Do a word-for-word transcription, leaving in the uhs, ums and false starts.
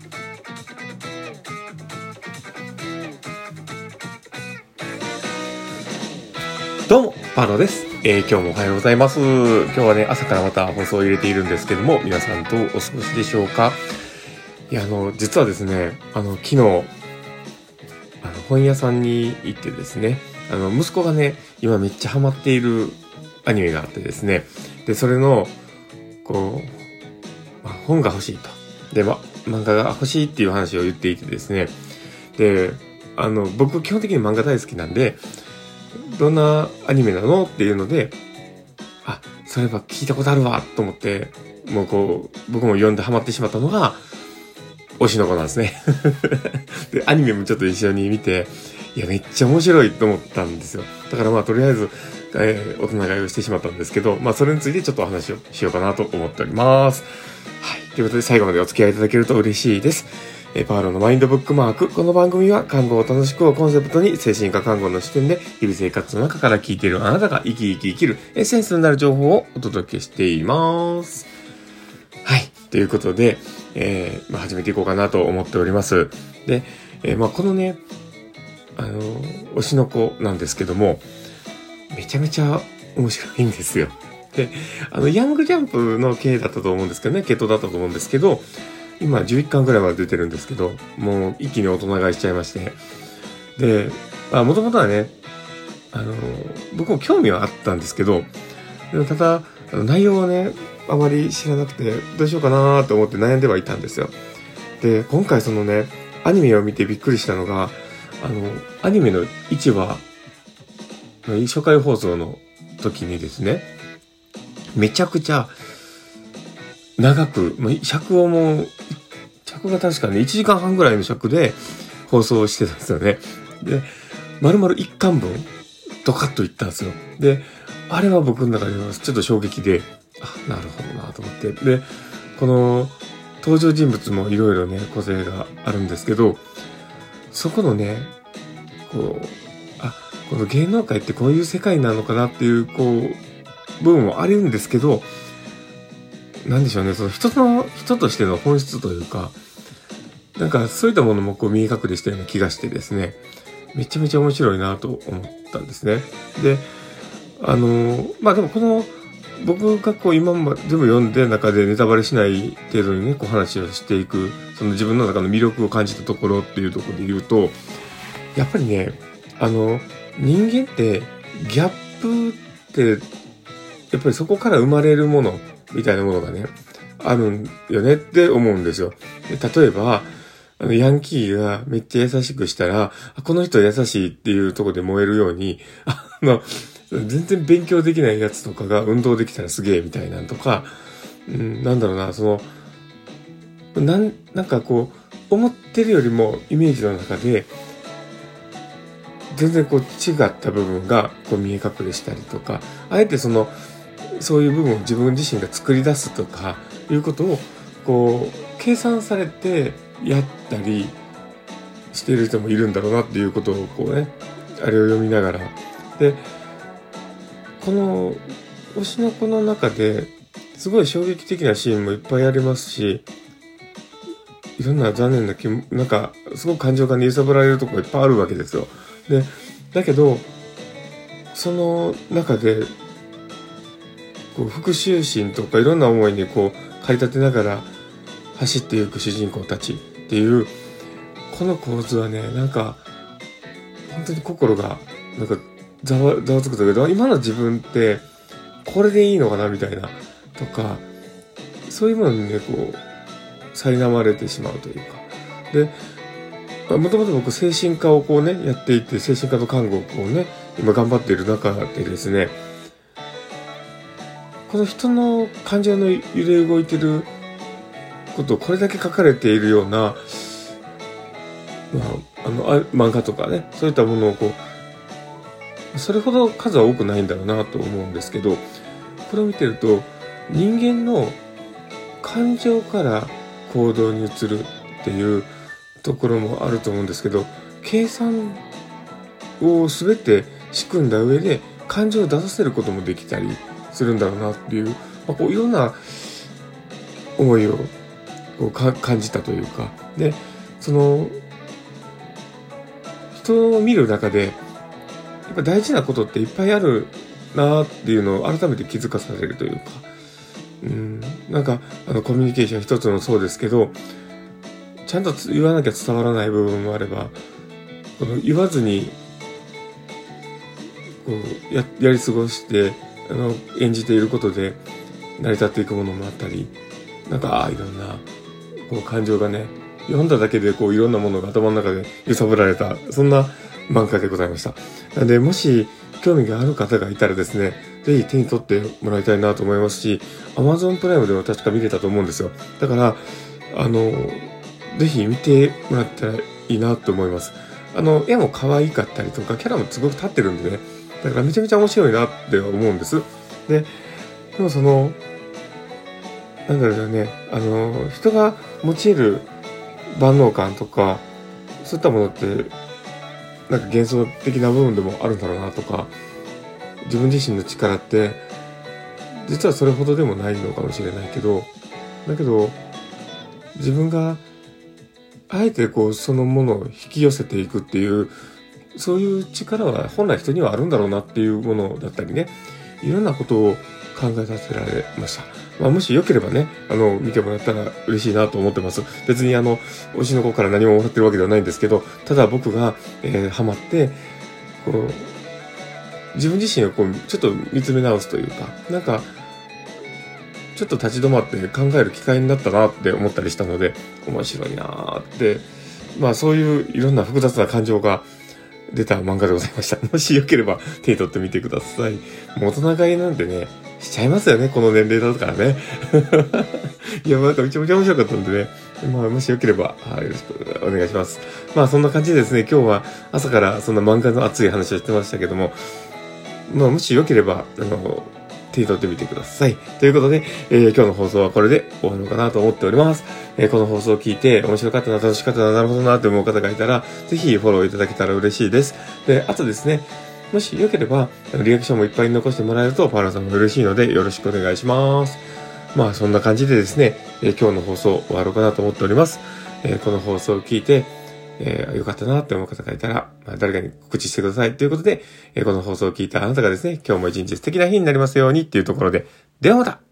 どうもパロです、えー、今日もおはようございます。今日はね朝からまた放送を入れているんですけども、皆さんどうお過ごしでしょうか。いやあの実はですねあの昨日あの本屋さんに行ってですね、あの息子がね今めっちゃハマっているアニメがあってですね、でそれのこう、まあ、本が欲しいと、で、ま、漫画が欲しいっていう話を言っていてですね、であの僕基本的に漫画大好きなんで、どんなアニメなのっていうので、あ、そういえば聞いたことあるわと思って、もうこう僕も読んでハマってしまったのが推しの子なんですねでアニメもちょっと一緒に見て、いやめっちゃ面白いと思ったんですよ。だからまあとりあえず、えー、大人買いをしてしまったんですけど、まあそれについてちょっとお話をしようかなと思っております。はい、ということで最後までお付き合いいただけると嬉しいです。えー、パーロのマインドブックマーク。この番組は看護を楽しくをコンセプトに、精神科看護の視点で日々生活の中から聞いているあなたが生き生き生きるエッセンスになる情報をお届けしています。はい、ということで、えーまあ、始めていこうかなと思っております。で、えーまあ、このねあの推しの子なんですけども、めちゃめちゃ面白いんですよ。で、あのヤングジャンプの系だったと思うんですけどね、系統だったと思うんですけど、今じゅういっかんぐらいまで出てるんですけど、もう一気に大人買いしちゃいまして、で、あ、もともとはね、あの僕も興味はあったんですけど、でもただあの内容をねあまり知らなくてどうしようかなと思って悩んではいたんですよ。で、今回そのねアニメを見てびっくりしたのが、あのアニメのいちわの初回放送の時にですね、めちゃくちゃ長く、尺をもう尺が確かねいちじかんはんぐらいの尺で放送してたんですよね。で、丸々いっかんぶんドカッといったんですよ。で、あれは僕の中ではちょっと衝撃で、あ、なるほどなと思って、でこの登場人物もいろいろね個性があるんですけど、そこのねこうあこの芸能界ってこういう世界なのかなっていうこう部分もあるんですけど、なんでしょうね、その人の人としての本質というか、なんかそういったものもこう見え隠れしたような気がしてですね、めちゃめちゃ面白いなと思ったんですね。で、あのまあでもこの僕がこう今まで全部読んで中でネタバレしない程度にねこう話をしていく、その自分の中の魅力を感じたところっていうところで言うと、やっぱりねあの人間ってギャップってやっぱりそこから生まれるものみたいなものがねあるんよねって思うんですよ。で、例えばあのヤンキーがめっちゃ優しくしたら、この人優しいっていうところで燃えるように、あの全然勉強できないやつとかが運動できたらすげえみたいなんとか、うん、なんだろうな、そのなん、なんかこう思ってるよりもイメージの中で全然こう違った部分がこう見え隠れしたりとか、あえてそのそういう部分を自分自身が作り出すとかいうことをこう計算されてやったりしている人もいるんだろうなっていうことをこうねあれを読みながら、でこの推しの子の中ですごい衝撃的なシーンもいっぱいありますし、いろんな残念な気もなんかすごく感情が揺さぶられるところがいっぱいあるわけですよ。でだけどその中でこう復讐心とかいろんな思いにこう駆り立てながら走っていく主人公たちっていうこの構図はね、なんか本当に心がなんかざわざわつくけど、今の自分ってこれでいいのかなみたいなとか、そういうものにねこう苛まれてしまうというか、でもともと僕精神科をこうねやっていて、精神科の看護をこうね今頑張っている中でですね、この人の感情の揺れ動いてることをこれだけ書かれているような、まあ、あのあ漫画とかねそういったものをこうそれほど数は多くないんだろうなと思うんですけど、これを見てると人間の感情から行動に移るっていうところもあると思うんですけど、計算を全て仕組んだ上で感情を出させることもできたりするんだろうなっていう、まあ、こういろんな思いをここうか感じたというか、で、その、人を見る中で、やっぱ大事なことっていっぱいあるなっていうのを改めて気づかされるというか、うん、なんか、あの、コミュニケーション一つもそうですけど、ちゃんと言わなきゃ伝わらない部分もあれば、この言わずに、こうや、やり過ごして、あの、演じていることで成り立っていくものもあったり、なんか、あいろんな、こう、感情がね、読んだだけでこういろんなものが頭の中で揺さぶられた、そんな漫画でございました。なので、もし興味がある方がいたらですね、ぜひ手に取ってもらいたいなと思いますし、Amazon プライムでも確か見れたと思うんですよ。だから、あの、ぜひ見てもらったらいいなと思います。あの、絵も可愛かったりとか、キャラもすごく立ってるんでね、だからめちゃめちゃ面白いなって思うんです。で、でもその、なんだろうね、あの、人が用いる万能感とか、そういったものって、なんか幻想的な部分でもあるんだろうなとか、自分自身の力って、実はそれほどでもないのかもしれないけど、だけど、自分が、あえてこう、そのものを引き寄せていくっていう、そういう力は本来人にはあるんだろうなっていうものだったりね、いろんなことを考えさせられました。まあ、もしよければね、あの、見てもらったら嬉しいなと思ってます。別にあの、推しの子から何ももらってるわけではないんですけど、ただ僕が、えー、ハマって、こう、自分自身をこう、ちょっと見つめ直すというか、なんか、ちょっと立ち止まって考える機会になったなって思ったりしたので、面白いなーって、まあそういういろんな複雑な感情が出た漫画でございました。もしよければ手に取ってみてください。もう大人買いなんてね、しちゃいますよね、この年齢だからね。いや、なんかめちゃめちゃ面白かったんでね。まあ、もしよければ、はい、よろしくお願いします。まあ、そんな感じでですね、今日は朝からそんな漫画の熱い話をしてましたけども、まあ、もしよければ、あの、手に取ってみてください。ということで、えー、今日の放送はこれで終わろうかなと思っております。えー、この放送を聞いて面白かったな、楽しかったな、なるほどなって思う方がいたら、ぜひフォローいただけたら嬉しいです。で、あとですね、もしよければ、リアクションもいっぱい残してもらえると、パウロさんも嬉しいので、よろしくお願いします。まあ、そんな感じでですね、えー、今日の放送終わろうかなと思っております。えー、この放送を聞いて、えー、よかったなって思う方がいたら、まあ、誰かに告知してくださいということで、えー、この放送を聞いたあなたがですね、今日も一日素敵な日になりますようにっていうところで、ではまた。